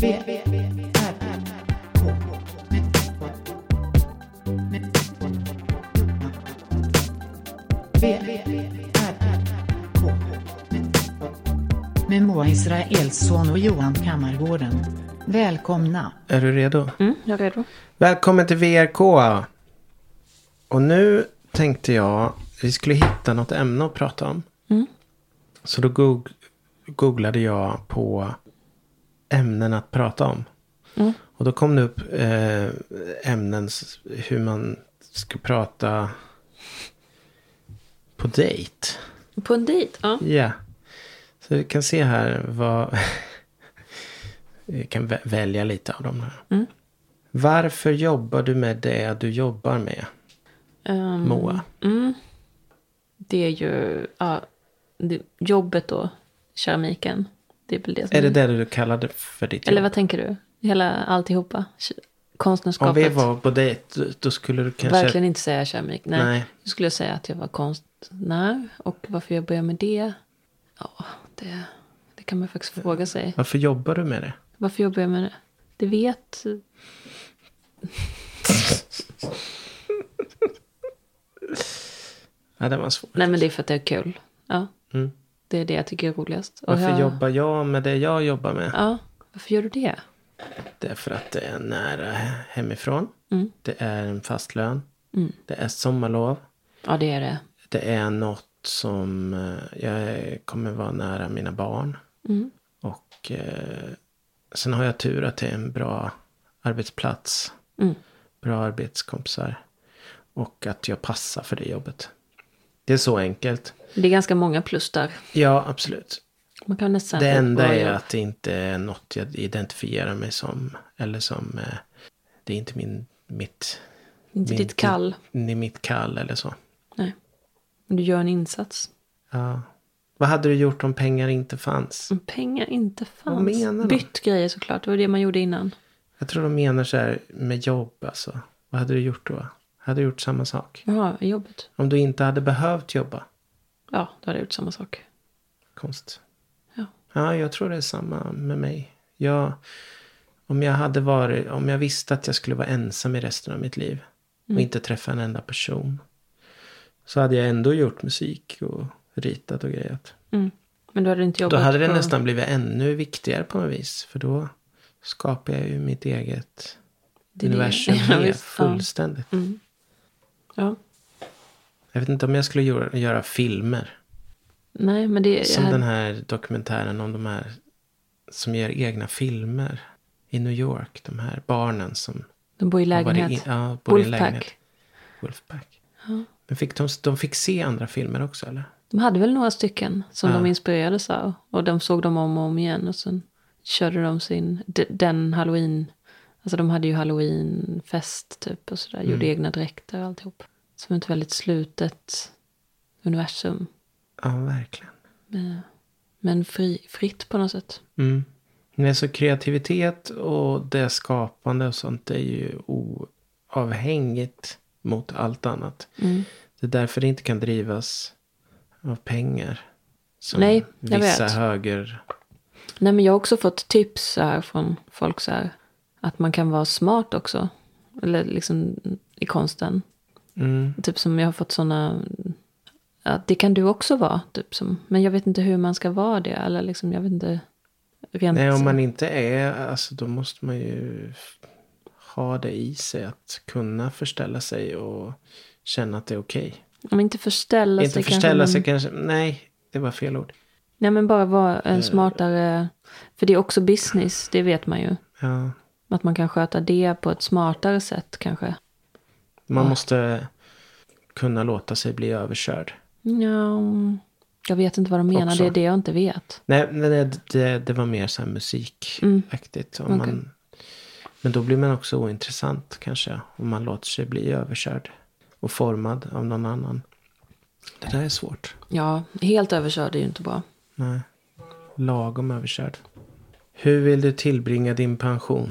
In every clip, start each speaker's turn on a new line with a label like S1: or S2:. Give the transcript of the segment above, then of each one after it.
S1: Med Moa Israelsson och Johan Kammargården. Välkomna.
S2: Är du redo?
S3: Jag är redo.
S2: Välkommen till VRK. Och nu tänkte jag vi skulle hitta något ämne att prata om. Så då googlade jag på ämnen att prata om. Och då kom det upp ämnen hur man ska prata på dejt.
S3: På en dejt? Ja.
S2: Ja. Så vi kan se här vad... Vi kan välja lite av dem här. Varför jobbar du med det du jobbar med? Moa.
S3: Det är ju jobbet då. Keramiken. Det är väl det som
S2: är det du kallade för ditt jobb?
S3: Eller vad tänker du? Alltihopa. Konstnärskapet.
S2: Om vi var på dejt, då skulle du kanske...
S3: Verkligen inte säga keramik. Nej. Då skulle jag säga att jag var konstnär. Och varför jag börjar med det? Ja, det kan man faktiskt fråga sig.
S2: Varför jobbar du med det?
S3: Varför jobbar jag med det? Det vet...
S2: Ja, det var svårt.
S3: Nej, men det är för att det är kul. Ja. Det är det jag tycker är roligast. Och
S2: varför jobbar jag med det jag jobbar med?
S3: Ja, varför gör du det?
S2: Det är för att det är nära hemifrån. Det är en fast lön. Det är sommarlov.
S3: Ja, det är det.
S2: Det är något som jag kommer vara nära mina barn. Och sen har jag tur att det är en bra arbetsplats. Bra arbetskompisar. Och att jag passar för det jobbet. Det är så enkelt.
S3: Det är ganska många plus där.
S2: Ja, absolut.
S3: Man kan nästan
S2: det enda är att det inte är något jag identifierar mig som. Eller som... det är inte
S3: ditt kall.
S2: Det är mitt kall eller så.
S3: Nej. Men du gör en insats.
S2: Ja. Vad hade du gjort om pengar inte fanns?
S3: Om pengar inte fanns?
S2: Vad menar de?
S3: Bytt grejer såklart. Det var det man gjorde innan.
S2: Jag tror de menar så här med jobb alltså. Vad hade du gjort då? Hade du gjort samma sak?
S3: Ja, jobbet.
S2: Om du inte hade behövt jobba?
S3: Ja, då hade jag gjort samma sak.
S2: Konst.
S3: Ja.
S2: Ja, jag tror det är samma med mig. Om jag visste att jag skulle vara ensam i resten av mitt liv. Och inte träffa en enda person. Så hade jag ändå gjort musik och ritat och grejat.
S3: Men då hade du inte jobbat
S2: då hade det nästan blivit ännu viktigare på något vis. För då skapar jag ju mitt eget universum helt fullständigt.
S3: Ja.
S2: Jag vet inte om jag skulle göra filmer.
S3: Nej, men det...
S2: Som den här dokumentären om de här som gör egna filmer i New York. De här barnen som...
S3: De bor i lägenhet.
S2: Bor i lägenhet.
S3: Wolfpack.
S2: Ja. Men de fick se andra filmer också, eller?
S3: De hade väl några stycken som de inspirerades av. Och de såg dem om och om igen. Och sen körde de den Halloween... Alltså de hade ju Halloween-fest typ och sådär. Gjorde egna dräkter och alltihop. Som ett väldigt slutet universum.
S2: Ja, verkligen.
S3: Men fritt på något sätt.
S2: Men så kreativitet och det skapande och sånt är ju oavhängigt mot allt annat. Det är därför det inte kan drivas av pengar. Som
S3: Nej, jag
S2: vissa
S3: vet.
S2: höger...
S3: Nej, men jag har också fått tips här från folk så här. Att man kan vara smart också. Eller liksom i konsten. Typ som jag har fått sådana... Att det kan du också vara. Typ som, men jag vet inte hur man ska vara det. Eller liksom, jag vet inte... Rent...
S2: Nej, om man inte är... Alltså då måste man ju ha det i sig. Att kunna förställa sig och känna att det är okej.
S3: Om inte förställa sig
S2: kanske... Inte förställa sig kanske... Nej, det var fel ord.
S3: Nej, men bara vara en smartare... För det är också business, det vet man ju.
S2: Ja.
S3: Att man kan sköta det på ett smartare sätt kanske.
S2: Man måste kunna låta sig bli överkörd.
S3: Ja, jag vet inte vad de menar.
S2: Också.
S3: Det är det jag inte vet.
S2: Nej, det var mer så här musikaktigt.
S3: Okay.
S2: Men då blir man också ointressant kanske. Om man låter sig bli överkörd. Och formad av någon annan. Det där är svårt.
S3: Ja, helt överkörd är ju inte bra.
S2: Nej, lagom överkörd. Hur vill du tillbringa din pension?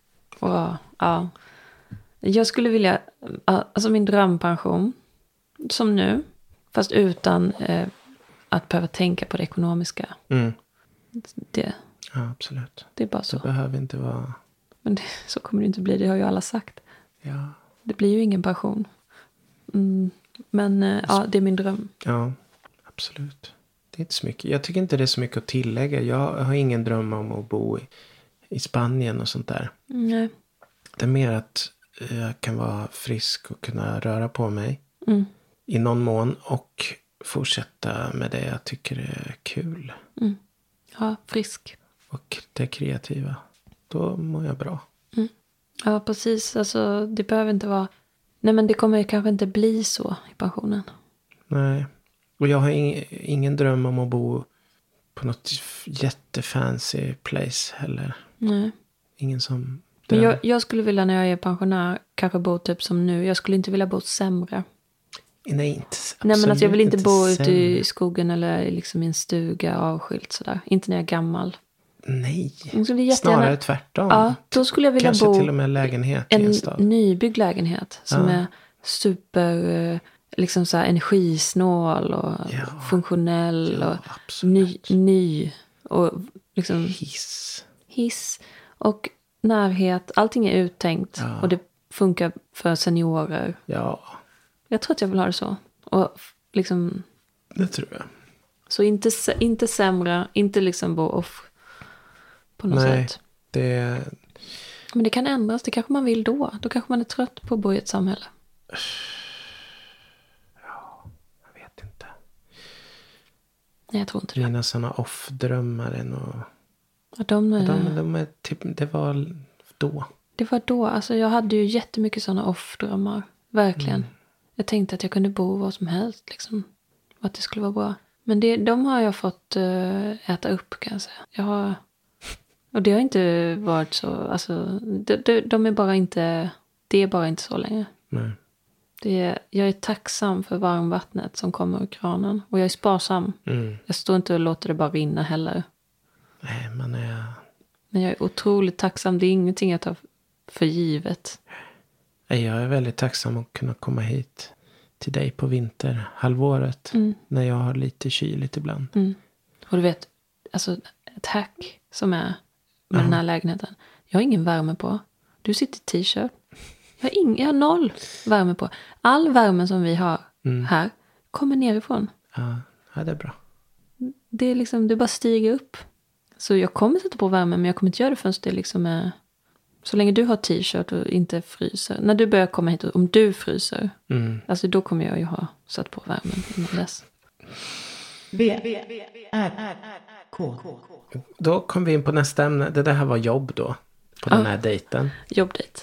S3: Ja. Jag skulle vilja... Alltså min drömpension. Som nu. Fast utan att behöva tänka på det ekonomiska.
S2: Mm.
S3: Det.
S2: Ja, absolut.
S3: Det är bara så.
S2: Det behöver inte vara...
S3: Men så kommer det inte bli, det har ju alla sagt.
S2: Ja.
S3: Det blir ju ingen pension. Men ja, det är min dröm.
S2: Ja, absolut. Det är inte så mycket. Jag tycker inte det är så mycket att tillägga. Jag har ingen dröm om att bo i Spanien och sånt där.
S3: Nej.
S2: Det är mer att jag kan vara frisk och kunna röra på mig. I någon mån. Och fortsätta med det jag tycker är kul.
S3: Ja, frisk.
S2: Och det kreativa. Då mår jag bra.
S3: Ja, precis. Alltså, det behöver inte vara... Nej, men det kommer ju kanske inte bli så i pensionen.
S2: Nej. Och jag har ingen dröm om att bo på något jättefancy place heller.
S3: Nej.
S2: Ingen som...
S3: Men jag skulle vilja när jag är pensionär kanske bo typ som nu. Jag skulle inte vilja bo sämre.
S2: Nej, inte.
S3: Nej, men alltså jag vill inte bo ute
S2: sämre.
S3: i skogen eller liksom i en stuga avskilt sådär. Inte när jag är gammal.
S2: Nej,
S3: Jättegärna...
S2: snarare tvärtom.
S3: Ja, då skulle jag vilja
S2: Kanske
S3: bo
S2: till och med lägenhet i en stad.
S3: nybyggd lägenhet som är super liksom så här energisnål och funktionell och ny och liksom hiss och närhet. Allting är uttänkt och det funkar för seniorer.
S2: Ja.
S3: Jag tror att jag vill ha det så. Och liksom...
S2: Det tror jag.
S3: Så inte sämre, inte liksom bo off på något sätt. Men det kan ändras, det kanske man vill då. Då kanske man är trött på att bo i ett samhälle.
S2: Ja, jag vet inte.
S3: Nej, jag tror inte det.
S2: Mina sådana off-drömmar är nog...
S3: Ja, de
S2: är typ, det var då.
S3: Det var då, alltså jag hade ju jättemycket sådana off-drömmar. Verkligen. Jag tänkte att jag kunde bo var som helst liksom. Och att det skulle vara bra. Men de har jag fått äta upp kan jag säga. Och det har inte varit så, alltså de är bara inte, det är bara inte så länge.
S2: Nej.
S3: Jag är tacksam för varmvattnet som kommer ur kranen. Och jag är sparsam. Jag står inte och låter det bara rinna heller.
S2: Nej,
S3: Men jag är otroligt tacksam. Det är ingenting jag tar för givet.
S2: Jag är väldigt tacksam att kunna komma hit till dig på vinterhalvåret. När jag har lite kyligt ibland.
S3: Och du vet, alltså ett hack som är med den här lägenheten. Jag har ingen värme på. Du sitter i t-shirt. Jag har noll värme på. All värme som vi har här kommer nerifrån.
S2: Ja, det är bra.
S3: Det är liksom, det bara stiger upp. Så jag kommer sätta på värme, men jag kommer inte göra det förrän det liksom är... Så länge du har t-shirt och inte fryser. När du börjar komma hit, om du fryser. Alltså då kommer jag ju ha satt på värmen innan dess.
S1: V-R-K.
S2: Då kom vi in på nästa ämne. Det här var jobb då. På den här dejten.
S3: Jobbdejt.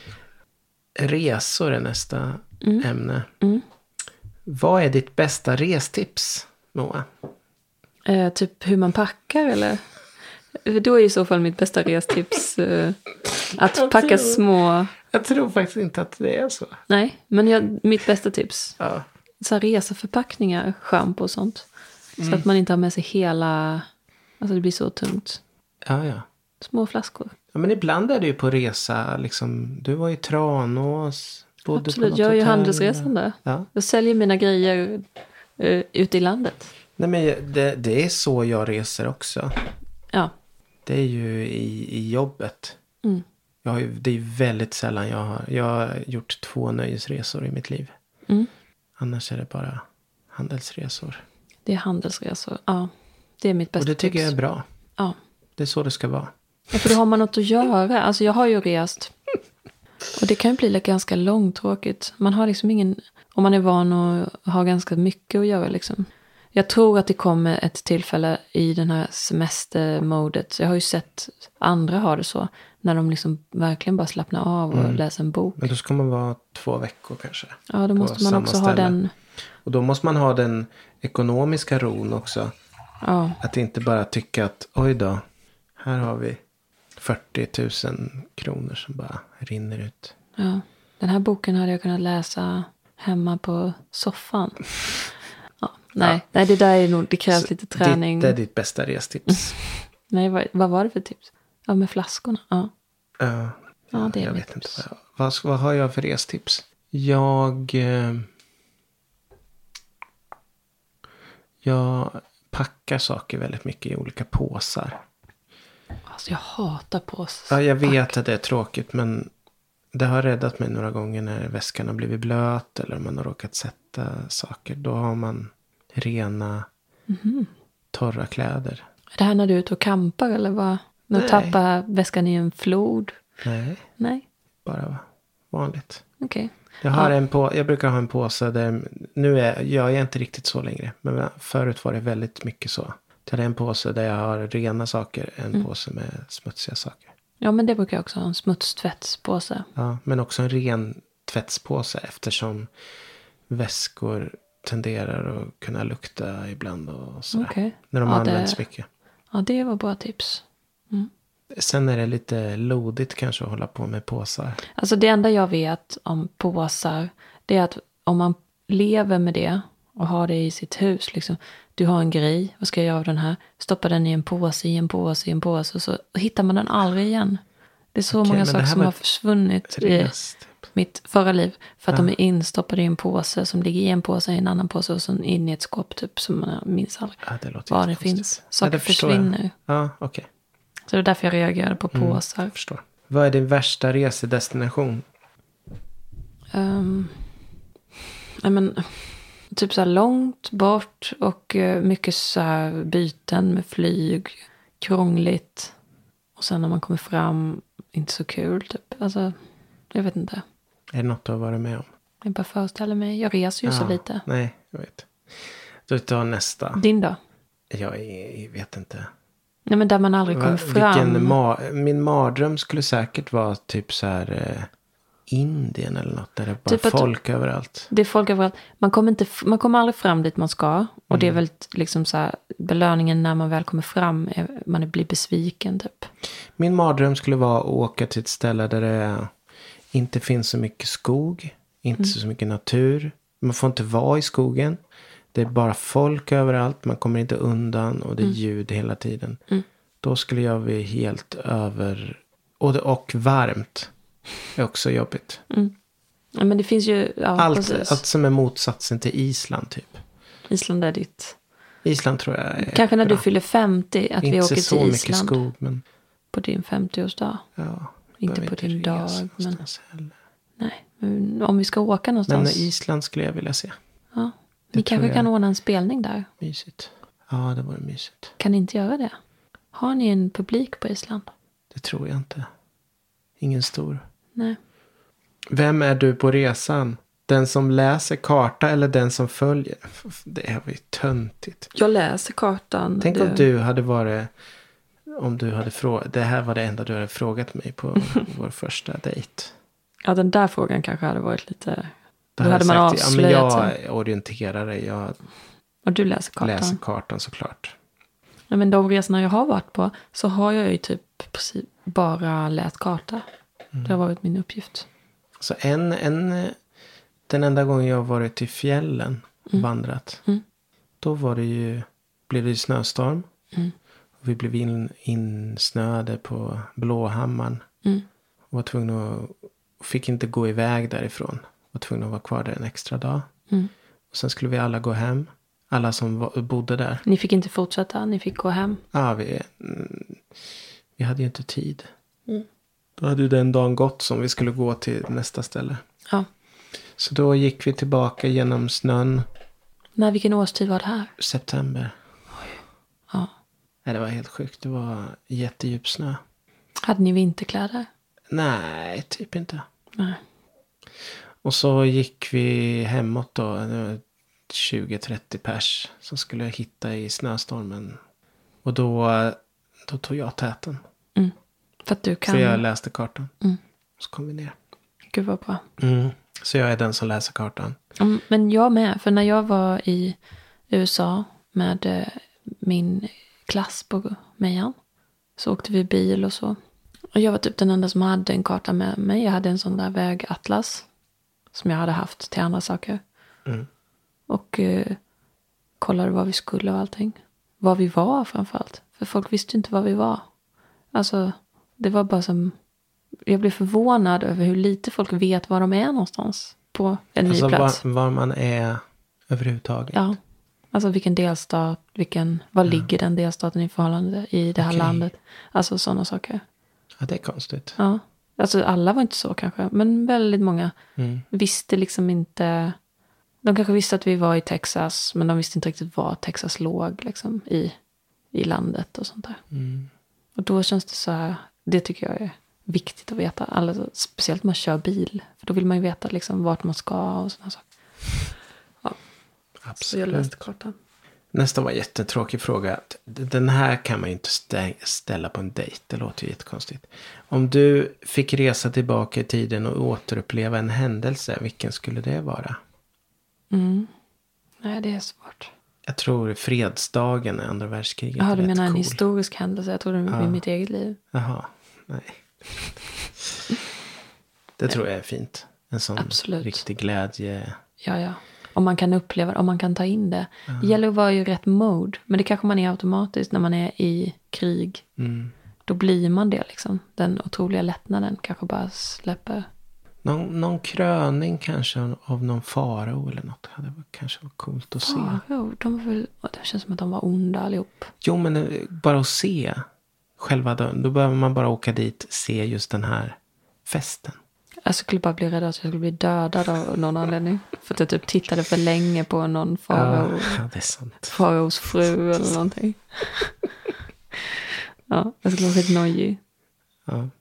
S2: Resor är nästa ämne. Vad är ditt bästa restips, Moa?
S3: Typ hur man packar eller? Då är i så fall mitt bästa restips att packa små...
S2: Jag tror faktiskt inte att det är så.
S3: Nej, men mitt bästa tips.
S2: Ja.
S3: Så här reseförpackningar, shampoo och sånt. Så att man inte har med sig hela... Alltså det blir så tungt.
S2: Ja.
S3: Små flaskor.
S2: Ja, men ibland är det ju på resa. Liksom, du var i Tranås.
S3: Absolut, jag är ju handelsresande.
S2: Ja.
S3: Jag säljer mina grejer ute i landet.
S2: Nej, men det är så jag reser också.
S3: Ja.
S2: Det är ju i jobbet. Det är väldigt sällan jag har gjort 2 nöjesresor i mitt liv. Annars är det bara handelsresor.
S3: Det är handelsresor, ja. Det är mitt bästa
S2: tips. Och det tycker
S3: tips.
S2: jag är bra.
S3: Ja.
S2: Det är så det ska vara.
S3: Ja, för då har man något att göra. Alltså jag har ju rest. Och det kan ju bli ganska långtråkigt. Man har liksom ingen... Om man är van och har ganska mycket att göra liksom. Jag tror att det kommer ett tillfälle i den här semestermodet. Jag har ju sett andra ha det så. När de liksom verkligen bara slappnar av och läser en bok.
S2: Men då ska man vara 2 veckor kanske.
S3: Ja, då måste man också ha den...
S2: Och då måste man ha den ekonomiska ron också.
S3: Ja.
S2: Att inte bara tycka att oj då, här har vi 40 000 kronor som bara rinner ut.
S3: Ja, den här boken hade jag kunnat läsa hemma på soffan. Ja, nej, det där är nog, det krävs så lite träning.
S2: Det är ditt bästa restips.
S3: Nej, vad var det för tips? Ja, med flaskorna, ja. Ja, det är
S2: jag
S3: mitt
S2: vet
S3: tips.
S2: Inte vad har jag för restips? Jag packar saker väldigt mycket i olika påsar.
S3: Alltså jag hatar påsar.
S2: Ja, jag vet att det är tråkigt, men det har räddat mig några gånger när väskan har blivit blöt eller man har råkat sätta saker. Då har man rena, torra kläder.
S3: Är det här när du är ute och campar eller vad? När du tappar väskan i en flod? Nej.
S2: Bara vanligt.
S3: Okej.
S2: Jag brukar ha en påse där, jag är inte riktigt så längre. Men förut var det väldigt mycket så. Jag hade en påse där jag har rena saker, en påse med smutsiga saker.
S3: Ja, men det brukar jag också ha, en smutstvättspåse.
S2: Ja, men också en ren tvättspåse eftersom väskor tenderar att kunna lukta ibland och sådär.
S3: Okay.
S2: När de används mycket.
S3: Ja, det var bra tips.
S2: Sen är det lite lodigt kanske att hålla på med påsar.
S3: Alltså det enda jag vet om påsar, det är att om man lever med det och har det i sitt hus, liksom, du har en grej, vad ska jag göra av den här? Stoppa den i en påse och så hittar man den aldrig igen. Det är så många saker som har försvunnit i mitt förra liv. För att de är instoppade i en påse som ligger i en påse, i en annan påse och så in i ett skåp typ som man minns aldrig.
S2: Ja, det
S3: var det finns. Saker försvinner.
S2: Ja, okej.
S3: Så det är därför jag reagerade på påsar.
S2: Jag förstår. Vad är din värsta resedestination?
S3: Typ så här långt bort och mycket så här byten med flyg. Krångligt. Och sen när man kommer fram, inte så kul typ. Alltså, jag vet inte.
S2: Är det något du har varit med om?
S3: Jag bara föreställer mig. Jag reser ju så lite.
S2: Nej, jag vet. Du tar nästa.
S3: Din då?
S2: Jag vet inte.
S3: Nej, men där man aldrig kommer fram.
S2: Min mardröm skulle säkert vara typ så här Indien eller något. Där det är bara
S3: typ
S2: folk överallt.
S3: Det är folk överallt. Man kommer aldrig fram dit man ska. Och det är väl liksom så här, belöningen när man väl kommer fram. Man blir besviken typ.
S2: Min mardröm skulle vara att åka till ett ställe där det inte finns så mycket skog. Inte så mycket natur. Man får inte vara i skogen. Det är bara folk överallt. Man kommer inte undan. Och det är ljud hela tiden. Då skulle jag bli helt över. Och varmt. Det är också jobbigt.
S3: Ja, men det finns ju. Ja,
S2: allt som är motsatsen till Island typ.
S3: Island är ditt.
S2: Island tror jag är
S3: kanske när
S2: bra.
S3: du fyller 50. Att
S2: inte
S3: vi åker till Island.
S2: Inte så mycket skog. Men...
S3: På din 50-årsdag.
S2: Ja.
S3: Inte på din dag. Men...
S2: Heller.
S3: Nej. Men om vi ska åka någonstans.
S2: Men Island skulle jag vilja se.
S3: Ja. Ni kanske kan ordna en spelning där.
S2: Mysigt. Ja, det var mysigt.
S3: Kan ni inte göra det? Har ni en publik på Island?
S2: Det tror jag inte. Ingen stor.
S3: Nej.
S2: Vem är du på resan? Den som läser karta eller den som följer? Det är ju töntigt.
S3: Jag läser kartan.
S2: Tänk om du hade varit... Om du hade frågat... Det här var det enda du hade frågat mig på vår första dejt.
S3: Ja, den där frågan kanske hade varit lite...
S2: Då hade man avslöjat. Ja, men jag orienterar dig.
S3: Och du läser kartan?
S2: Läser kartan såklart.
S3: Ja, men de resorna jag har varit på så har jag ju typ precis bara läst karta. Det har varit min uppgift. Så
S2: den enda gången jag har varit i fjällen och vandrat. Då blev det snöstorm. Och vi blev insnöade på Blåhammaren. Och fick inte gå iväg därifrån. Var tvungna att vara kvar där en extra dag. Och sen skulle vi alla gå hem. Alla som bodde där.
S3: Ni fick inte fortsätta, ni fick gå hem.
S2: Ja, vi hade ju inte tid. Då hade ju den dagen gått som vi skulle gå till nästa ställe.
S3: Ja.
S2: Så då gick vi tillbaka genom snön.
S3: Vilken årstid var det här?
S2: September.
S3: Oj. Ja.
S2: Nej, det var helt sjukt. Det var jättedjup snö.
S3: Hade ni vinterkläder?
S2: Nej, typ inte.
S3: Nej.
S2: Och så gick vi hemåt då. 20-30 pers som skulle hitta i snöstormen. Och då tog jag täten.
S3: För att du kan...
S2: För jag läste kartan. Så kom vi ner.
S3: Gud vad bra.
S2: Så jag är den som läser kartan.
S3: Men jag med. För när jag var i USA med min klass på Mejan. Så åkte vi bil och så. Och jag var typ den enda som hade en karta med mig. Jag hade en sån där vägatlas. Som jag hade haft till andra saker. Och kollade var vi skulle och allting. Var vi var framförallt. För folk visste inte var vi var. Alltså, det var bara som... Jag blev förvånad över hur lite folk vet var de är någonstans. På en ny plats.
S2: Var man är överhuvudtaget.
S3: Ja. Alltså vilken delstat, var ligger den delstaten i förhållande i det här landet? Alltså sådana saker.
S2: Ja, det är konstigt.
S3: Ja, alltså alla var inte så kanske. Men väldigt många visste liksom inte. De kanske visste att vi var i Texas. Men de visste inte riktigt var Texas låg liksom i landet och sånt där. Och då känns det så här. Det tycker jag är viktigt att veta. Alltså, speciellt när man kör bil. För då vill man ju veta liksom vart man ska och sådana saker. Ja, absolut. Så jag läste kartan.
S2: Nästa var en jättetråkig fråga. Den här kan man ju inte ställa på en dejt. Det låter ju jättekonstigt. Om du fick resa tillbaka i tiden och återuppleva en händelse. Vilken skulle det vara?
S3: Nej, det är svårt.
S2: Jag tror fredsdagen i andra världskriget.
S3: Ja, du menar en historisk händelse. Jag tror det är mitt eget liv.
S2: Jaha, nej. Det tror jag är fint. En sån riktig glädje.
S3: Ja. Om man kan uppleva det, om man kan ta in det. Det gäller att vara i rätt mode. Men det kanske man är automatiskt när man är i krig. Då blir man det liksom. Den otroliga lättnaden kanske bara släpper.
S2: Någon kröning kanske av någon farao eller något. Det kanske var coolt att se.
S3: Farao, det känns som att de var onda allihop.
S2: Jo, men bara att se själva dörren. Då behöver man bara åka dit och se just den här festen.
S3: Jag skulle bara bli rädd att jag skulle bli dödad av någon anledning. För att jag typ tittade för länge på någon farao.
S2: Ja, det är sant.
S3: Faraos fru eller någonting. Ja, jag skulle vara skitnojig.
S2: Ja.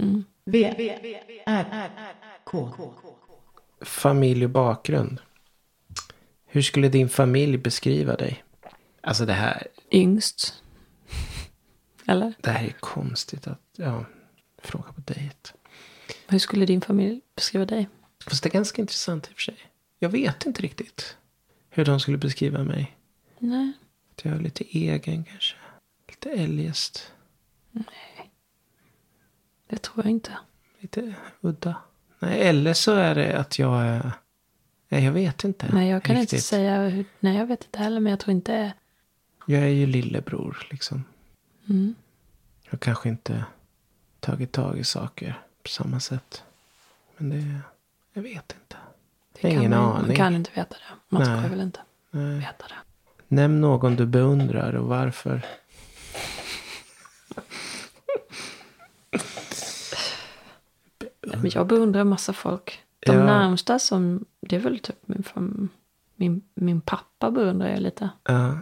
S1: V-R-K.
S2: Familj och bakgrund. Hur skulle din familj beskriva dig? Alltså det här...
S3: Yngst. Eller?
S2: Det här är konstigt att... fråga på dejt.
S3: Hur skulle din familj beskriva dig?
S2: Fast det är ganska intressant i och för sig. Jag vet inte riktigt hur de skulle beskriva mig.
S3: Nej.
S2: Att jag är lite egen kanske. Lite eljest.
S3: Nej. Det tror jag inte.
S2: Lite udda. Nej, eller så är det att jag är... Nej, jag vet inte.
S3: Nej, jag kan riktigt inte säga hur... Nej, jag vet inte heller, men jag tror inte...
S2: Jag är ju lillebror, liksom.
S3: Jag
S2: har kanske inte tagit tag i saker på samma sätt. Men det... Jag vet inte. Det är ingen aning.
S3: Man kan inte veta det. Man ska väl inte veta det.
S2: Nämn någon du beundrar och varför.
S3: Men jag beundrar massa folk. De närmsta som... Det är väl typ min pappa beundrar jag lite.
S2: Ja.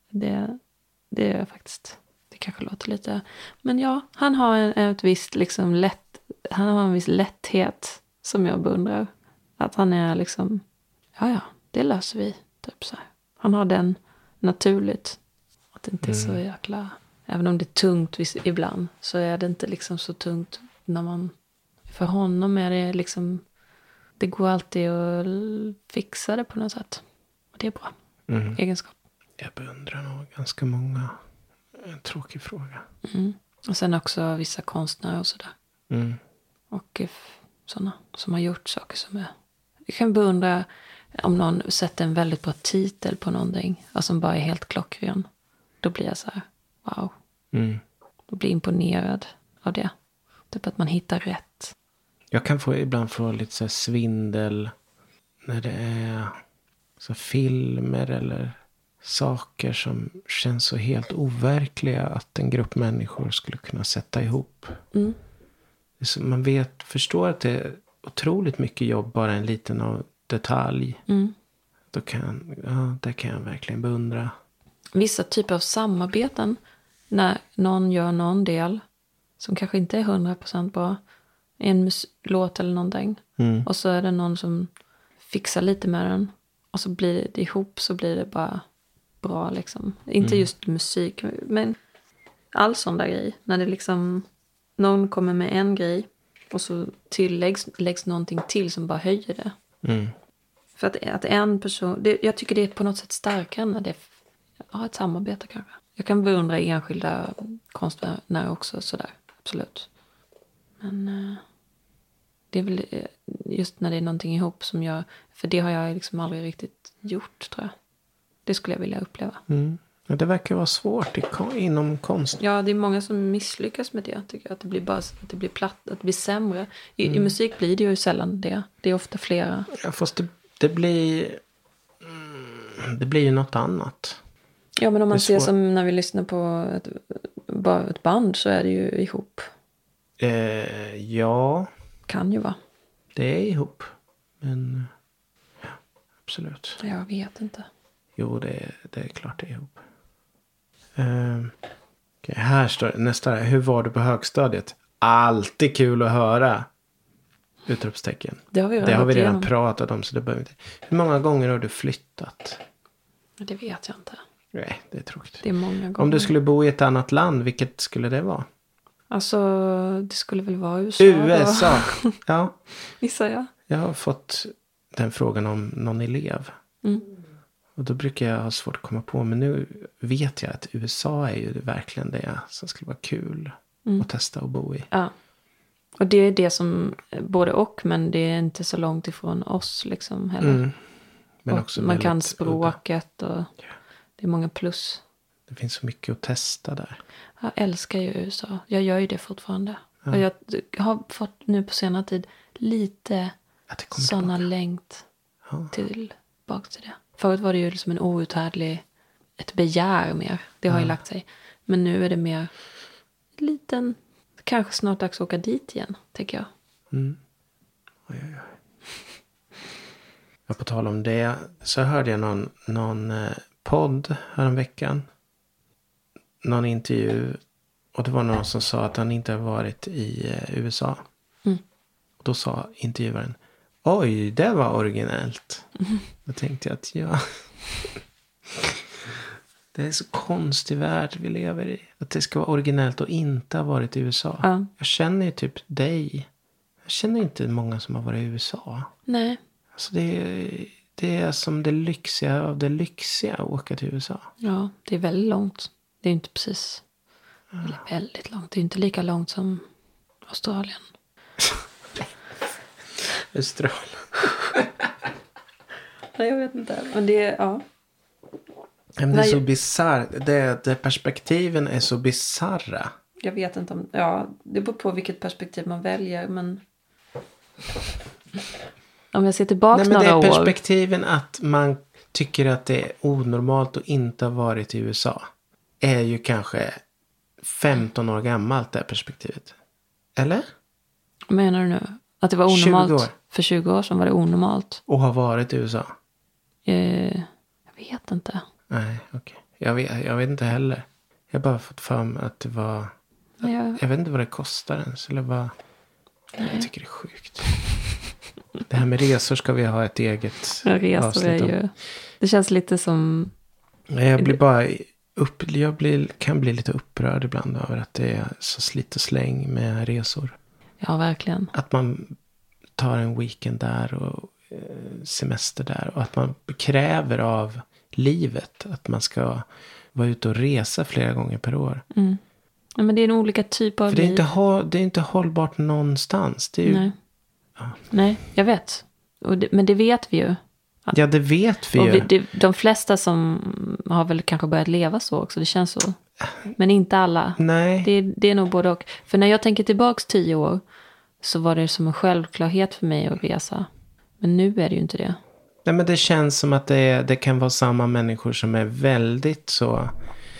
S3: Det är faktiskt... Det kanske låter lite... Men ja, han har ett visst liksom han har en viss lätthet som jag beundrar. Att han är liksom... Ja, det löser vi. Typ så här. Han har den naturligt. Att det inte är så jäkla... Även om det är tungt ibland. Så är det inte liksom så tungt när man... För honom är det liksom... Det går alltid att fixa det på något sätt. Och det är bra. Egenskap.
S2: Jag beundrar nog ganska många. En tråkig fråga.
S3: Och sen också vissa konstnärer och sådär. Och sådana som har gjort saker som är... Jag kan beundra om någon sätter en väldigt bra titel på någonting. Och som bara är helt klockren. Då blir jag så här, wow. Då blir jag imponerad av det. Typ att man hittar rätt.
S2: Jag kan ibland få lite så här svindel. När det är så filmer eller saker som känns så helt overkliga. Att en grupp människor skulle kunna sätta ihop. Så man förstår att det är otroligt mycket jobb. Bara en liten detalj. Då det kan jag verkligen beundra.
S3: Vissa typer av samarbeten. När någon gör någon del. Som kanske inte är 100% bra. En låt eller någonting. Och så är det någon som fixar lite med den. Och så blir det ihop, så blir det bara bra liksom. Inte just musik, men all sån där grej. När det liksom, någon kommer med en grej. Och så läggs någonting till som bara höjer det. För att en person, jag tycker det är på något sätt starkare när det är ett samarbete kanske. Jag kan beundra enskilda konstnärer också sådär, absolut. Men det är väl just när det är någonting ihop som jag... För det har jag liksom aldrig riktigt gjort, tror jag. Det skulle jag vilja uppleva.
S2: Ja, det verkar vara svårt inom konst.
S3: Ja, det är många som misslyckas med det. Tycker jag. Att det blir platt, att det blir sämre. I musik blir det ju sällan det. Det är ofta flera.
S2: Ja, fast det blir... det blir ju något annat.
S3: Ja, men om man ser som när vi lyssnar på ett band så är det ju ihop.
S2: Ja.
S3: Kan ju vara.
S2: Det är ihop. Men ja, absolut.
S3: Jag vet inte.
S2: Jo, det är klart det är ihop. Okay, här står nästa. Hur var du på högstadiet? Alltid kul att höra. Utropstecken.
S3: Det har vi
S2: redan pratat om, så det behöver inte. Hur många gånger har du flyttat?
S3: Det vet jag inte.
S2: Nej, det är tråkigt.
S3: Det är många gånger.
S2: Om du skulle bo i ett annat land, vilket skulle det vara?
S3: Alltså, det skulle väl vara USA.
S2: USA, ja.
S3: Gissar jag.
S2: Jag har fått den frågan om någon elev.
S3: Mm.
S2: Och då brukar jag ha svårt att komma på. Men nu vet jag att USA är ju verkligen det som skulle vara kul att testa och bo i.
S3: Ja. Och det är det som både och, men det är inte så långt ifrån oss liksom heller.
S2: Mm. Men också
S3: man kan språket och det är många plus.
S2: Det finns så mycket att testa där.
S3: Jag älskar ju USA. Jag gör ju det fortfarande.
S2: Ja.
S3: Och jag har fått nu på senare tid lite sådana längt tillbaka till det. Förut var det ju liksom en outhärdlig, ett begär mer. Det har ju lagt sig. Men nu är det mer liten, kanske snart dags att åka dit igen, tycker jag.
S2: Mm. Oj. Ja, på tal om det så hörde jag någon podd häromveckan. Någon intervju. Och det var någon som sa att han inte har varit i USA.
S3: Mm.
S2: Och då sa intervjuaren: oj, det var originellt. Då tänkte jag att det är så konstig värld vi lever i. Att det ska vara originellt och inte ha varit i USA.
S3: Ja.
S2: Jag känner ju typ dig. Jag känner inte många som har varit i USA.
S3: Nej.
S2: Alltså det är som det lyxiga av det lyxiga att åka till USA.
S3: Ja, det är väldigt långt. Det är inte precis. Eller väldigt långt. Det är inte lika långt som Australien.
S2: Australien.
S3: Nej, jag vet inte. Men det är, ja.
S2: Men det är så bisarrt. Det perspektiven är så bizarra.
S3: Jag vet inte om... Ja, det beror på vilket perspektiv man väljer, men... Om jag ser tillbaka några år...
S2: Nej, men det är perspektiven att man tycker att det är onormalt att inte ha varit i USA. Är ju kanske 15 år gammalt, det här perspektivet. Eller?
S3: Vad menar du nu? Att det var onormalt?
S2: 20 år.
S3: För 20 år sedan var det onormalt.
S2: Och har varit i USA?
S3: Jag vet inte.
S2: Nej, okej. Jag vet inte heller. Jag har bara fått för mig att det var... Jag vet inte vad det kostar ens. Eller vad... Jag tycker det är sjukt. Det här med resor ska vi ha ett eget
S3: resor är ju... Det känns lite som...
S2: Jag blir bara... kan bli lite upprörd ibland över att det är så slit och släng med resor.
S3: Ja, verkligen.
S2: Att man tar en weekend där och semester där. Och att man kräver av livet att man ska vara ute och resa flera gånger per år.
S3: Mm. Ja, men det är en olika typ av
S2: liv. Det är inte hållbart någonstans. Det är ju...
S3: Nej. Ja. Nej, jag vet. Men det vet vi ju.
S2: Ja, det vet vi ju.
S3: De flesta som har väl kanske börjat leva så också. Det känns så. Men inte alla.
S2: Nej.
S3: Det är nog både och. För när jag tänker tillbaks 10 år så var det som en självklarhet för mig att resa. Men nu är det ju inte det.
S2: Nej, men det känns som att det kan vara samma människor som är väldigt så...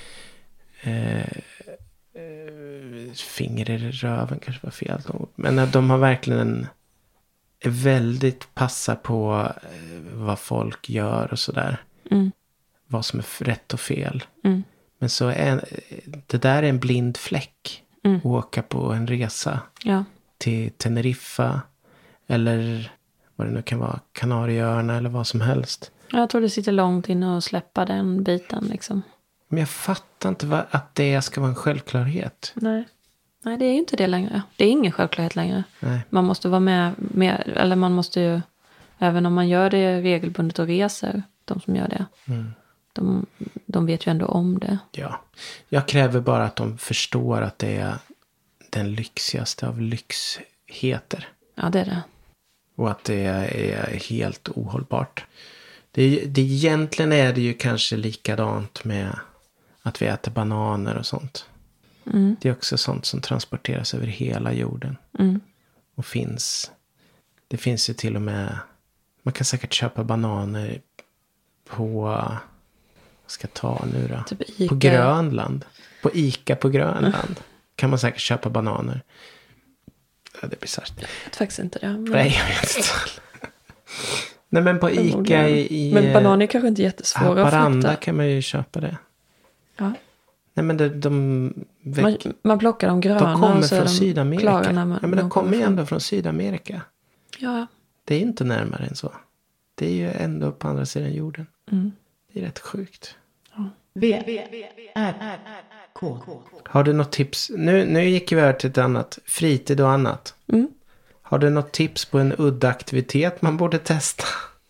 S2: finger i röven kanske var fel ord. Men att de har verkligen är väldigt passa på vad folk gör och sådär.
S3: Mm.
S2: Vad som är rätt och fel.
S3: Mm.
S2: Men så det där är en blind fläck. Att åka på en resa.
S3: Ja.
S2: Till Teneriffa. Eller vad det nu kan vara. Kanarieöarna eller vad som helst.
S3: Jag tror det sitter långt inne att släppa den biten liksom.
S2: Men jag fattar inte att det ska vara en självklarhet.
S3: Nej, det är ju inte det längre. Det är ingen självklarhet längre.
S2: Nej.
S3: Man måste vara med, eller man måste ju, även om man gör det regelbundet och reser, de som gör det. De vet ju ändå om det. Ja,
S2: jag kräver bara att de förstår att det är den lyxigaste av lyxheter.
S3: Ja, det är det.
S2: Och att det är helt ohållbart. Egentligen är det ju kanske likadant med att vi äter bananer och sånt. Mm. Det är också sånt som transporteras över hela jorden.
S3: Mm.
S2: Och det finns ju till och med, man kan säkert köpa bananer vad ska jag ta nu då?
S3: Typ Ica.
S2: På Grönland. På Ica på Grönland. Kan man säkert köpa bananer. Ja, det är bisarrt.
S3: Jag vet faktiskt inte det. Men...
S2: Nej, jag vet inte. Nej, men på Ica i
S3: men bananer är kanske inte jättesvåra att
S2: Haparanda
S3: frukta.
S2: kan man ju köpa det.
S3: Ja.
S2: Nej, men
S3: Man plockar de gröna.
S2: de kommer
S3: och så är
S2: från
S3: de
S2: Sydamerika.
S3: klara när
S2: Ja, men de kommer ju ändå från Sydamerika.
S3: Ja.
S2: Det är inte närmare än så. Det är ju ändå på andra sidan jorden.
S3: Mm.
S2: Det är rätt sjukt.
S1: V, R, K.
S2: Har du något tips? Nu gick vi över till ett annat. Fritid och annat.
S3: Mm.
S2: Har du något tips på en udda aktivitet man borde testa?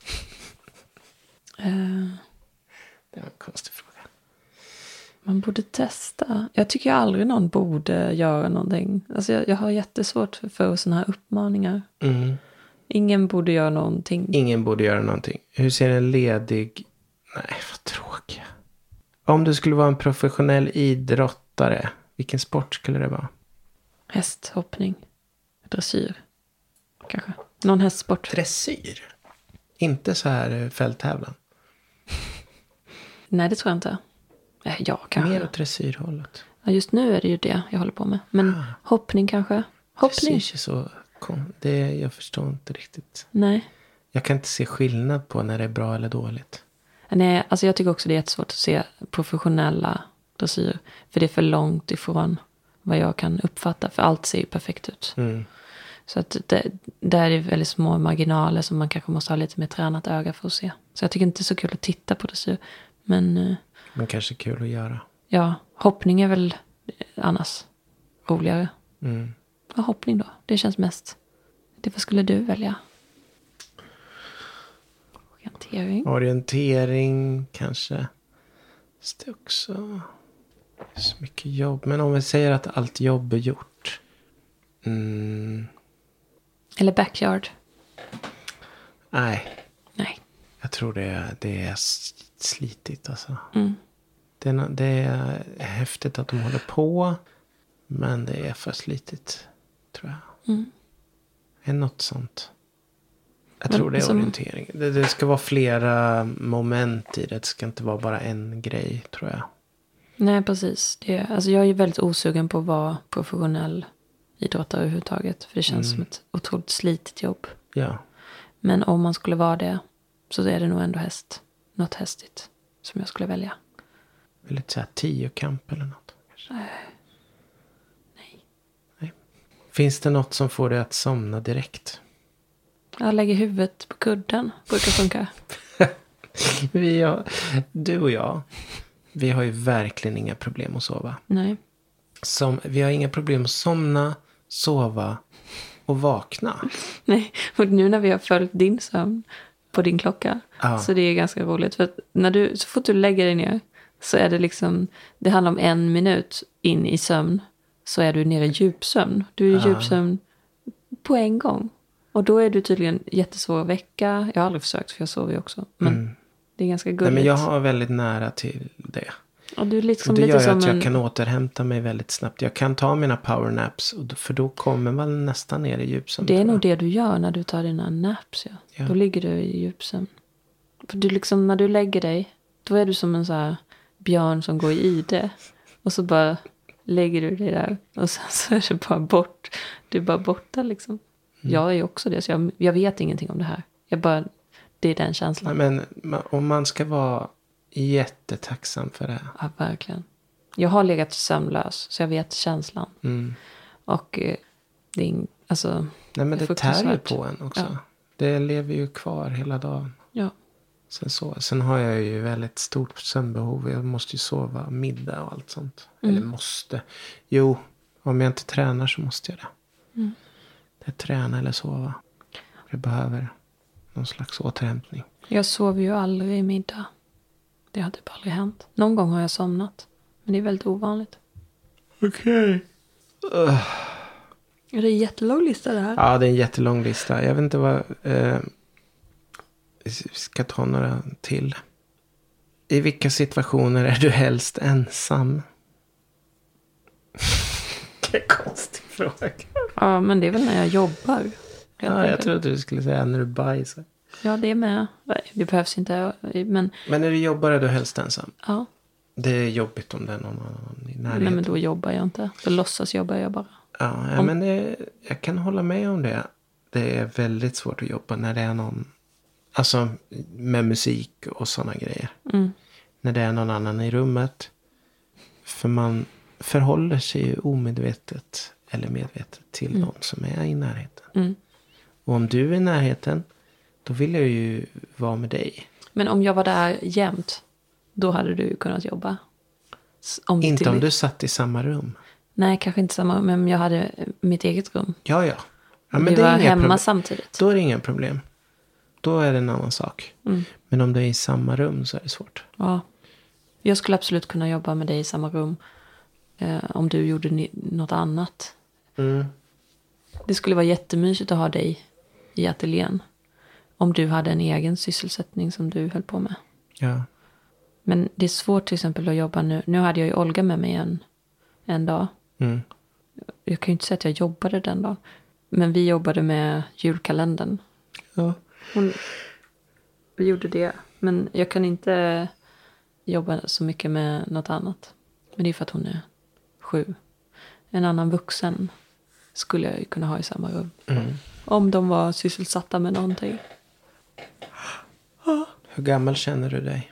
S2: Det var en konstig fråga.
S3: Man borde testa. Jag tycker aldrig någon borde göra någonting. Alltså jag har jättesvårt för sådana här uppmaningar.
S2: Mm.
S3: Ingen borde göra någonting.
S2: Ingen borde göra någonting. Hur ser en ledig... Nej, vad tråkigt. Om du skulle vara en professionell idrottare, vilken sport skulle det vara?
S3: Hästhoppning. Dressyr. Kanske. Någon hästsport.
S2: Dressyr? Inte så här fälttävlan.
S3: Nej, det tror jag inte. Ja, kanske.
S2: Mer åt dressyrhållet.
S3: Ja, just nu är det ju det jag håller på med. Men hoppning kanske. Hoppning.
S2: Dressyr är så... jag förstår inte riktigt.
S3: Nej.
S2: Jag kan inte se skillnad på när det är bra eller dåligt.
S3: Nej, alltså jag tycker också det är jättesvårt att se professionella dressyr. För det är för långt ifrån vad jag kan uppfatta. För allt ser ju perfekt ut.
S2: Mm.
S3: Så att där är det väldigt små marginaler som man kanske måste ha lite mer tränat öga för att se. Så jag tycker inte det är så kul att titta på dressyr. Men
S2: kanske kul att göra.
S3: ja, hoppning är väl annars roligare.
S2: Mm.
S3: Ja, hoppning då. Det känns mest. Vad skulle du välja?
S2: Orientering kanske. Det är också så mycket jobb. Men om vi säger att allt jobb är gjort.
S3: Eller backyard.
S2: Nej.
S3: Jag
S2: tror det är slitigt alltså.
S3: Mm.
S2: Det är häftigt att de håller på. Men det är för slitigt. Tror jag.
S3: Mm.
S2: Är något sånt. Jag tror det är orientering. Det ska vara flera moment i det. Det ska inte vara bara en grej, tror jag.
S3: Nej, precis. Alltså jag är ju väldigt osugen på att vara professionell idrottare överhuvudtaget. För det känns som ett otroligt slitigt jobb.
S2: Ja.
S3: Men om man skulle vara det så är det nog ändå något hästigt som jag skulle välja.
S2: Lite så här 10-kamp eller något. Nej. Finns det något som får dig att somna direkt?
S3: Jag lägger huvudet på kudden. Brukar funka.
S2: Du och jag. Vi har ju verkligen inga problem att sova.
S3: Nej.
S2: Vi har inga problem att somna, sova och vakna.
S3: Nej, och nu när vi har följt din sömn på din klocka.
S2: Ja.
S3: Så det är ganska roligt. För att så fort du lägger dig ner så är det liksom, det handlar om 1 minut in i sömn. Så är du nere i djupsömn. Du är i djupsömn på en gång. Och då är du tydligen jättesvår att väcka. Jag har aldrig försökt för jag sover ju också. Men det är ganska gulligt.
S2: Nej, men jag har väldigt nära till det.
S3: Och du är liksom
S2: och det
S3: lite
S2: gör
S3: som
S2: att jag kan återhämta mig väldigt snabbt. Jag kan ta mina powernaps. För då kommer man nästan ner i djupsömn.
S3: Det är nog det du gör när du tar dina naps. Ja. Då ligger du i djupsömn. För du liksom, när du lägger dig. Då är du som en så här björn som går i ide. Och så bara lägger du dig där. Och sen så är det bara bort. Du är bara borta liksom. Jag är också det. Så jag vet ingenting om det här. Det är den känslan.
S2: Men om man ska vara jättetacksam för det här.
S3: Ja, verkligen. Jag har legat sömnlös. Så jag vet känslan. Och det är alltså. Nej,
S2: men det tär ju på en också. Ja. Det lever ju kvar hela dagen.
S3: Ja.
S2: Sen har jag ju väldigt stort sömnbehov. Jag måste ju sova middag och allt sånt. Eller måste. Jo, om jag inte tränar så måste jag det. Det är träna eller sova. Jag behöver någon slags återhämtning. Jag
S3: sover ju aldrig i middag. Det har typ aldrig hänt. Någon gång har jag somnat. Men det är väldigt ovanligt.
S2: Okej.
S3: Är det en jättelång lista det här?
S2: Ja, det är en jättelång lista. Jag vet inte vad... vi ska ta några till. I vilka situationer är du helst ensam? Det är konstig fråga.
S3: Ja, men det är väl när jag jobbar.
S2: Ja, jag trodde du skulle säga när du bajsar.
S3: Ja, det är med. Det behövs inte. Men
S2: när du jobbar är du helst ensam?
S3: Ja.
S2: Det är jobbigt om det är någon annan i närheten.
S3: Nej, men då jobbar jag inte. Då låtsas jobbar jag bara.
S2: Ja, men jag kan hålla med om det. Det är väldigt svårt att jobba när det är någon... Alltså med musik och sådana grejer. När det är någon annan i rummet. För man förhåller sig ju omedvetet eller medvetet till någon som är i närheten. Och om du är i närheten, då vill jag ju vara med dig.
S3: Men om jag var där jämt, då hade du kunnat jobba.
S2: Inte om du satt i samma rum.
S3: Nej, kanske inte samma, men jag hade mitt eget rum.
S2: Ja, men
S3: vi
S2: det
S3: var
S2: är inga
S3: hemma samtidigt.
S2: Då är det inga problem. Då är det en annan sak. Men om du är i samma rum så är det svårt.
S3: Ja. Jag skulle absolut kunna jobba med dig i samma rum. Om du gjorde något annat. Det skulle vara jättemysigt att ha dig i ateljén. Om du hade en egen sysselsättning som du höll på med.
S2: Ja.
S3: Men det är svårt till exempel att jobba nu. Nu hade jag ju Olga med mig en dag. Jag kan ju inte säga att jag jobbade den dagen. Men vi jobbade med julkalendern.
S2: Ja.
S3: Vi gjorde det. Men jag kan inte jobba så mycket med något annat. Men det är för att hon är 7. En annan vuxen skulle jag ju kunna ha i samma rum. Om de var sysselsatta med någonting.
S2: Hur gammal känner du dig?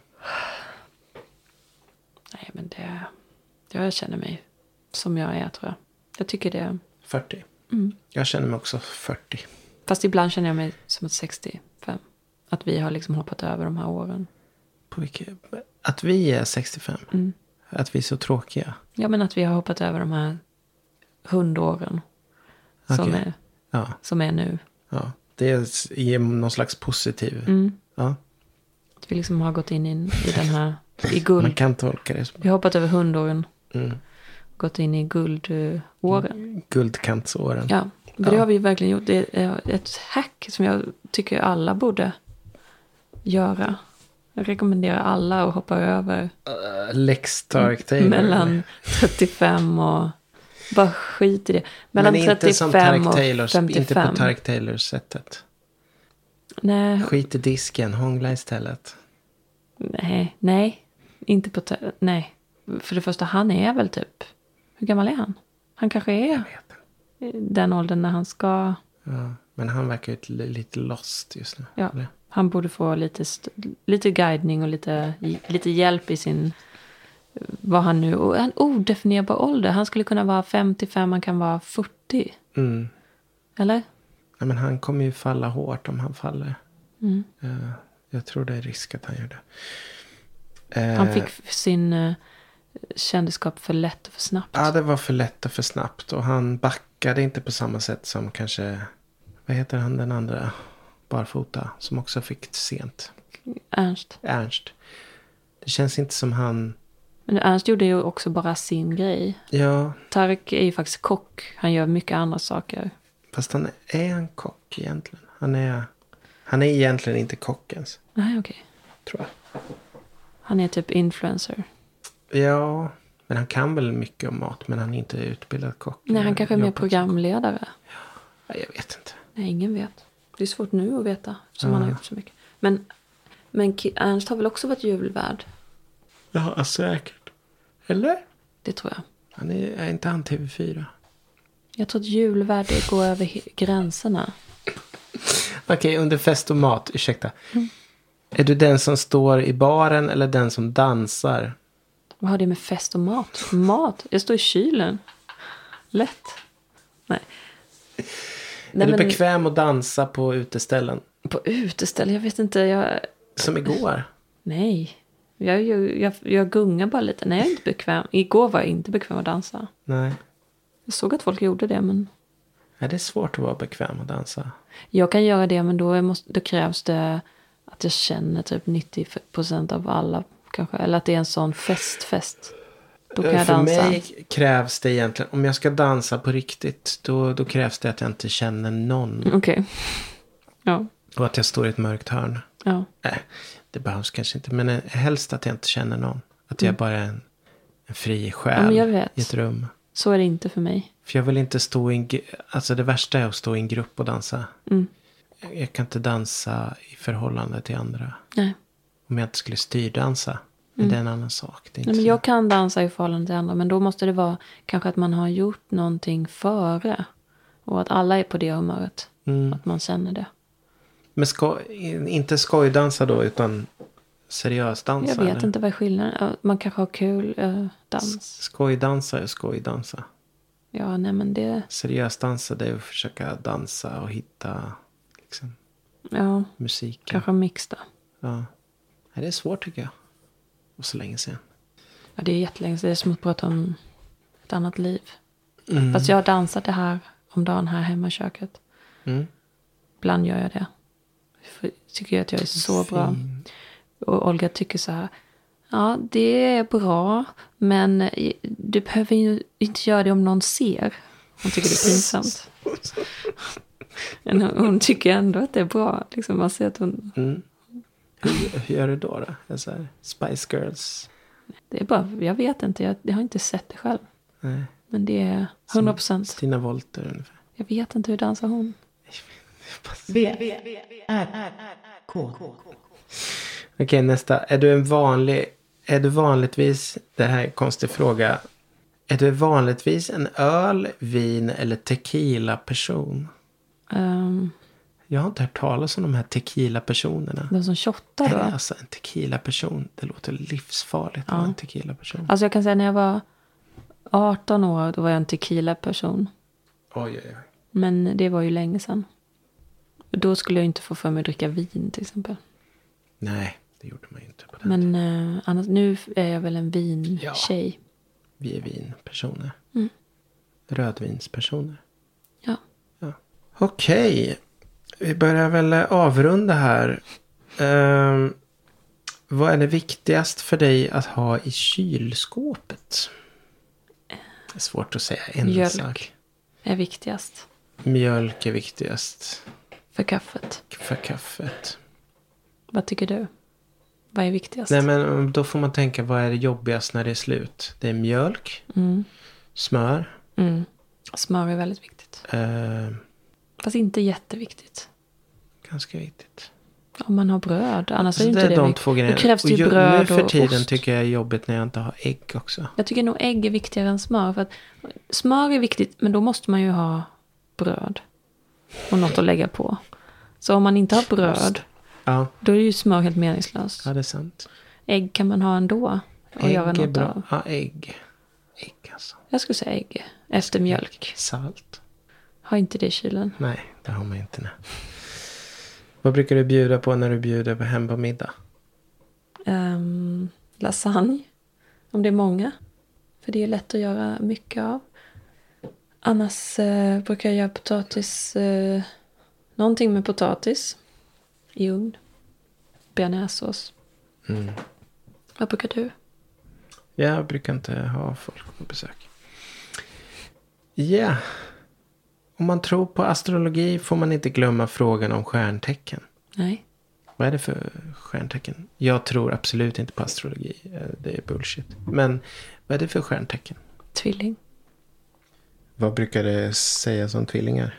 S3: Nej, men jag känner mig som jag är, tror jag. Jag tycker det.
S2: 40. Jag känner mig också 40.
S3: Fast ibland känner jag mig som ett 65. Att vi har liksom hoppat över de här åren.
S2: På vilket? Att vi är 65? Att vi är så tråkiga?
S3: Ja, men att vi har hoppat över de här hundåren.
S2: Okay.
S3: Som är nu.
S2: Ja, det är någon slags positiv. Ja.
S3: Att vi liksom har gått in i den här, i guld.
S2: Man kan tolka det så.
S3: Vi har hoppat över hundåren. Gått in i guldåren.
S2: Guldkantsåren.
S3: Ja, det har vi verkligen gjort. Det är ett hack som jag tycker alla borde göra. Jag rekommenderar alla att hoppa över.
S2: Lex Tarek Taylor.
S3: Mellan 35 och... Bara skit i det. Mellan
S2: men inte
S3: 35
S2: som Tarek
S3: och
S2: Taylors,
S3: 55.
S2: inte på Tarek Taylors sättet.
S3: Nej.
S2: Skit i disken, hångla istället.
S3: Nej. Inte på... Nej. För det första, han är väl typ... Hur gammal är han? Han kanske är den åldern när han ska...
S2: Ja, men han verkar ju lite lost just nu.
S3: Ja,
S2: eller?
S3: Han borde få lite guidning och lite hjälp i sin... Vad han nu... En odefinierbar ålder. Han skulle kunna vara 55, han kan vara 40. Eller?
S2: Ja, men han kommer ju falla hårt om han faller. Jag tror det är risk att han gör det.
S3: Han fick sin kändisskap för lätt och för snabbt.
S2: Ja, det var för lätt och för snabbt. Och han backade inte på samma sätt som kanske... Vad heter han den andra? Barfota. Som också fick sent. Ernst. Det känns inte som han...
S3: Men Ernst gjorde ju också bara sin grej.
S2: Ja.
S3: Tarek är ju faktiskt kock. Han gör mycket andra saker.
S2: Fast han är en kock egentligen. Han är egentligen inte kock ens.
S3: Nej, okej.
S2: Tror jag.
S3: Han är typ influencer.
S2: Ja, men han kan väl mycket om mat. Men han är inte utbildad kock.
S3: Nej, han kanske är mer programledare.
S2: Ja, jag vet inte.
S3: Nej, ingen vet. Det är svårt nu att veta. Som han har gjort så mycket. Men Ernst har väl också varit julvärd?
S2: Ja, säkert. Eller?
S3: Det tror jag.
S2: Han är inte han TV4?
S3: Jag tror att julvärd går över gränserna.
S2: Okej, under fest och mat. Ursäkta. Är du den som står i baren eller den som dansar?
S3: Vad har det med fest och mat? Mat? Jag står i kylen. Lätt. Nej.
S2: Är du bekväm att dansa på uteställen?
S3: På uteställen? Jag vet inte.
S2: Som igår?
S3: Nej. Jag gungar bara lite. Nej, jag är inte bekväm. Igår var jag inte bekväm att dansa.
S2: Nej.
S3: Jag såg att folk gjorde det, men...
S2: Är det svårt att vara bekväm att dansa?
S3: Jag kan göra det, men då krävs det att jag känner typ 90% av alla kanske. Eller att det är en sån fest. Då kan jag dansa.
S2: För mig krävs det egentligen, om jag ska dansa på riktigt, då krävs det att jag inte känner någon.
S3: Okej. Ja.
S2: Och att jag står i ett mörkt hörn.
S3: Ja.
S2: Nej, det behövs kanske inte. Men helst att jag inte känner någon. Att jag bara är en fri själ i ett rum.
S3: Så är det inte för mig.
S2: För jag vill inte stå i alltså det värsta är att stå i en grupp och dansa. jag kan inte dansa i förhållande till andra.
S3: Nej.
S2: Om jag inte skulle styrdansa. Men det är en annan sak. Det är inte
S3: Nej, men
S2: så-
S3: jag kan dansa i förhållande till andra. Men då måste det vara kanske att man har gjort någonting före. Och att alla är på det humöret. Att man känner det.
S2: Men inte skojdansa då, utan seriös dansa?
S3: Jag vet
S2: eller?
S3: inte vad är skillnaden. Man kanske har kul dans.
S2: Skojdansa är skojdansa.
S3: Ja, nej men det...
S2: Seriös dansa, det är att försöka dansa och hitta liksom,
S3: Ja,
S2: musiken.
S3: kanske mix då.
S2: Ja. Nej, det är svårt tycker jag. Och så länge sedan.
S3: Ja, det är jättelänge. Det är som att prata om ett annat liv. Fast jag har dansat det här om dagen här hemma i köket. Ibland gör jag det. För tycker jag att jag är så bra. Och Olga tycker så här. Ja, det är bra. Men du behöver ju inte göra det om någon ser. Hon tycker det är pinsamt. Men hon tycker ändå att det är bra. Liksom man ser att hon...
S2: Hur gör du då? Så här, Spice Girls?
S3: Det är bara, jag vet inte. Jag har inte sett det själv.
S2: Nej.
S3: Men det är 100%.
S2: Stina Wolter ungefär.
S3: Jag vet inte hur dansar hon.
S1: V, R, K.
S2: Okej, nästa. Är du vanligtvis, det här är en konstig fråga. Är du vanligtvis en öl, vin eller tequila person? Jag har inte hört talas om de här tequila personerna.
S3: De som shottar då?
S2: Nej, alltså en tequila person. Det låter livsfarligt att vara en tequila person.
S3: Alltså jag kan säga när jag var 18 år, då var jag en tequila person.
S2: Oj.
S3: Men det var ju länge sedan. Då skulle jag inte få för mig att dricka vin till exempel.
S2: Nej, det gjorde man ju inte på den.
S3: Men annars, nu är jag väl en vintjej.
S2: Vi är vinpersoner. Rödvinspersoner.
S3: Ja.
S2: Okej. Vi börjar väl avrunda här. Vad är det viktigast för dig att ha i kylskåpet? Det är svårt att säga en
S3: Mjölk.
S2: sak.
S3: Är viktigast.
S2: Mjölk är viktigast
S3: För kaffet.
S2: för kaffet.
S3: Vad tycker du? Vad är viktigast?
S2: Nej, men då får man tänka, vad är det jobbigast när det är slut? Det är mjölk, smör.
S3: Smör är väldigt viktigt. Fast inte jätteviktigt.
S2: Ganska viktigt.
S3: Om man har bröd. Annars
S2: Så
S3: är ju
S2: det
S3: inte
S2: är
S3: det
S2: de
S3: viktigt.
S2: två grejerna.
S3: Då krävs det ju
S2: Och
S3: bröd
S2: nu för
S3: och
S2: tiden
S3: ost.
S2: tycker jag är jobbigt när jag inte har ägg också.
S3: Jag tycker nog ägg är viktigare än smör. För att smör är viktigt, men då måste man ju ha bröd. Och något att lägga på. Så om man inte har bröd,
S2: Ja,
S3: då är ju smör helt meningslöst.
S2: ja, det är sant.
S3: Ägg kan man ha ändå. Och göra
S2: Ägg är
S3: något
S2: bra.
S3: av.
S2: Ja, ägg. Ägg alltså.
S3: Jag skulle säga ägg. Efter mjölk.
S2: Salt.
S3: Har inte det i kylen.
S2: Nej, det har man inte. Nej. Vad brukar du bjuda på när du bjuder hem på middag?
S3: Lasagne. Om det är många. För det är lätt att göra mycket av. Annars brukar jag göra potatis. Någonting med potatis. I ugn. Bearnaisesås. Vad brukar du?
S2: Jag brukar inte ha folk på besök. Ja. Om man tror på astrologi får man inte glömma frågan om stjärntecken.
S3: Nej.
S2: Vad är det för stjärntecken? Jag tror absolut inte på astrologi. Det är bullshit. Men vad är det för stjärntecken?
S3: Tvilling.
S2: Vad brukar det säga som tvillingar?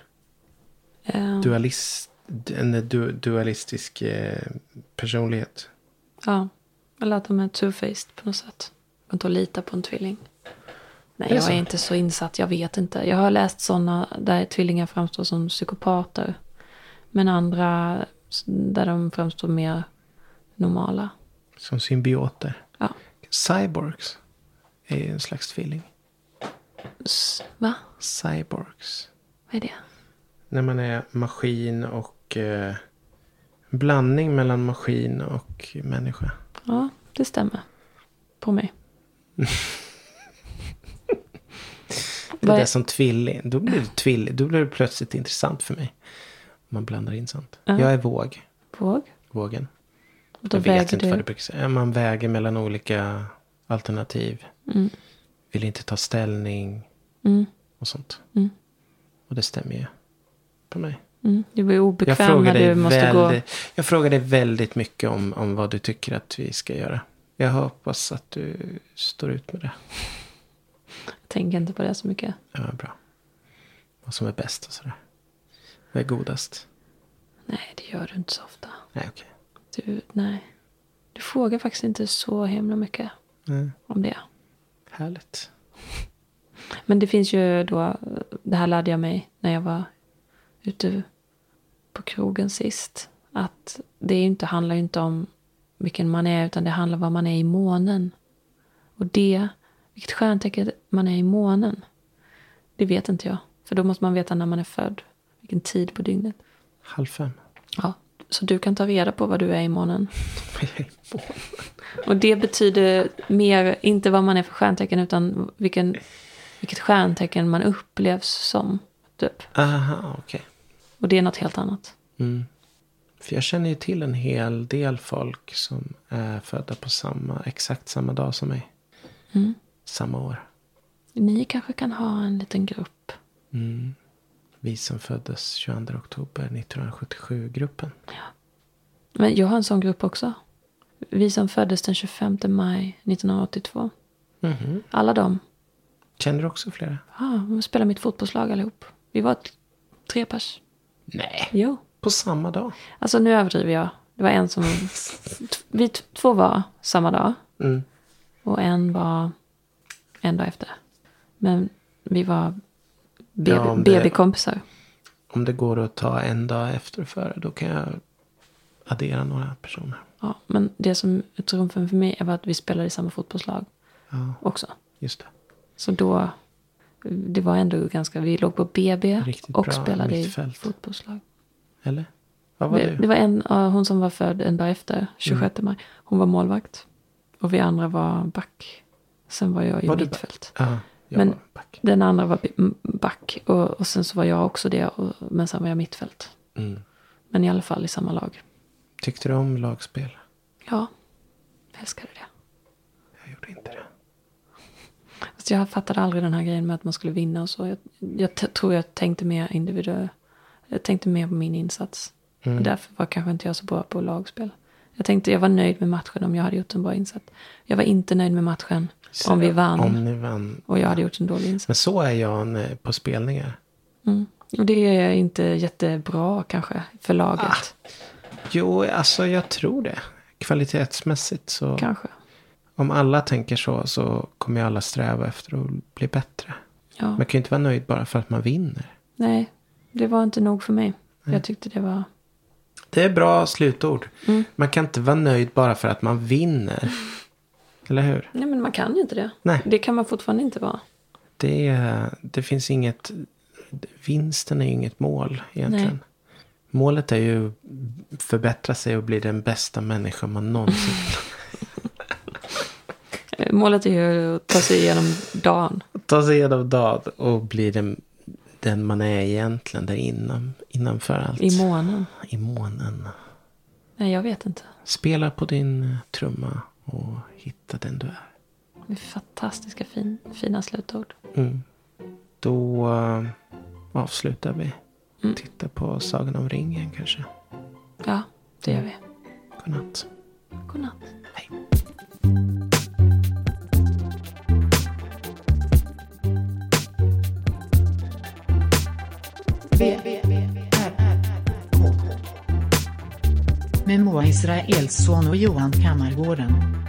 S2: En dualistisk personlighet.
S3: Ja. Eller att de är two-faced på något sätt. Man inte att lita på en tvilling. Nej,
S2: Är det
S3: jag
S2: så?
S3: är inte så insatt. Jag vet inte. Jag har läst sådana där tvillingar framstår som psykopater. Men andra där de framstår mer normala.
S2: Som symbioter.
S3: Ja.
S2: Cyborgs är ju en slags tvilling.
S3: Va?
S2: Cyborgs.
S3: Vad är det?
S2: När man är maskin och blandning mellan maskin och människa.
S3: Ja, det stämmer. På mig.
S2: Det är det som tvilling. Då blir det tvilling. Då blir det plötsligt intressant för mig. Om man blandar in sånt.
S3: Ja.
S2: Jag är våg. Vågen.
S3: Och då
S2: Jag vet
S3: väger
S2: inte
S3: du.
S2: vad det brukar säga. Man väger mellan olika alternativ. Vill inte ta ställning. Och sånt. Och det stämmer ju på mig.
S3: Du blir obekväm när du måste gå.
S2: Jag frågar dig väldigt mycket om vad du tycker att vi ska göra. Jag hoppas att du står ut med det.
S3: Jag tänker inte på det så mycket.
S2: Ja, bra. Vad som är bäst och sådär. Vad är godast?
S3: Nej, gör du inte så ofta.
S2: Nej, okej.
S3: Du frågar faktiskt inte så himla mycket om det.
S2: Härligt.
S3: Men det finns ju då, det här lärde jag mig när jag var ute på krogen sist. Att det handlar ju inte om vilken man är, utan det handlar om vad man är i månen. Och vilket stjärntecken man är i månen, det vet inte jag. För då måste man veta när man är född. Vilken tid på dygnet.
S2: 4:30.
S3: Ja, så du kan ta reda på vad du är i månen. Och det betyder mer, inte vad man är för stjärntecken, utan vilket stjärntecken man upplevs som. Typ.
S2: Aha, okej.
S3: Och det är något helt annat.
S2: För jag känner ju till en hel del folk som är födda på exakt samma dag som mig. Samma år.
S3: Ni kanske kan ha en liten grupp.
S2: Vi som föddes 22 oktober 1977-gruppen.
S3: Ja. Men jag har en sån grupp också. Vi som föddes den 25 maj 1982. Alla dem.
S2: Känner du också flera?
S3: Ja, de spelar mitt fotbollslag allihop. Vi var 3 pers.
S2: Nej.
S3: Jo.
S2: På samma dag?
S3: Alltså nu överdriver jag. Det var en som... vi 2 var samma dag. Och en var en dag efter. Men vi var BB-kompisar.
S2: Om det går att ta en dag efter och före, då kan jag addera några personer.
S3: Ja, men det som är trumfen för mig var att vi spelade i samma fotbollslag också.
S2: Just det.
S3: Så då, det var ändå ganska, vi låg på BB
S2: riktigt
S3: och spelade i fotbollslag.
S2: Eller? Vad var det?
S3: Det var hon som var född en dag efter, 26 maj. Hon var målvakt. Och vi andra var back. Sen var jag i mittfält. Men
S2: back.
S3: Den andra var back. Och sen så var jag också det. Men sen var jag mittfält. Men i alla fall i samma lag.
S2: Tyckte du om lagspel?
S3: Ja, jag älskade det.
S2: Jag gjorde inte det.
S3: Fast jag fattade aldrig den här grejen med att man skulle vinna och så. Jag tror jag tänkte mer individuellt. Jag tänkte mer på min insats. Och därför var kanske inte jag så bra på lagspel. Jag var nöjd med matchen om jag hade gjort en bra insats. Jag var inte nöjd med matchen om vi vann.
S2: Om ni vann.
S3: Och jag hade gjort en dålig insats.
S2: Men så är jag på spelningar.
S3: Och det är inte jättebra kanske för laget.
S2: Jo, alltså jag tror det. Kvalitetsmässigt så.
S3: Kanske.
S2: Om alla tänker så kommer ju alla sträva efter att bli bättre.
S3: Ja.
S2: Man kan ju inte vara nöjd bara för att man vinner.
S3: Nej, det var inte nog för mig. Jag tyckte det var...
S2: Det är bra slutord. Man kan inte vara nöjd bara för att man vinner. Eller hur?
S3: Nej, men man kan ju inte det.
S2: Nej.
S3: Det kan man fortfarande inte vara.
S2: Det finns inget... Vinsten är ju inget mål egentligen. Nej. Målet är ju förbättra sig och bli den bästa människan man någonsin...
S3: Målet är ju att ta sig igenom dagen.
S2: Ta sig igenom dagen och bli den man är egentligen. Där innanför allt.
S3: I månen.
S2: I månen.
S3: Nej, jag vet inte.
S2: Spela på din trumma och hitta den du är.
S3: Det är fantastiska fina slutord.
S2: Då avslutar vi. Titta på Sagan om ringen kanske.
S3: Ja, det gör vi.
S2: Godnatt.
S3: Godnatt.
S2: Hej.
S1: Med Moa Israelsson och Johan Kammargården.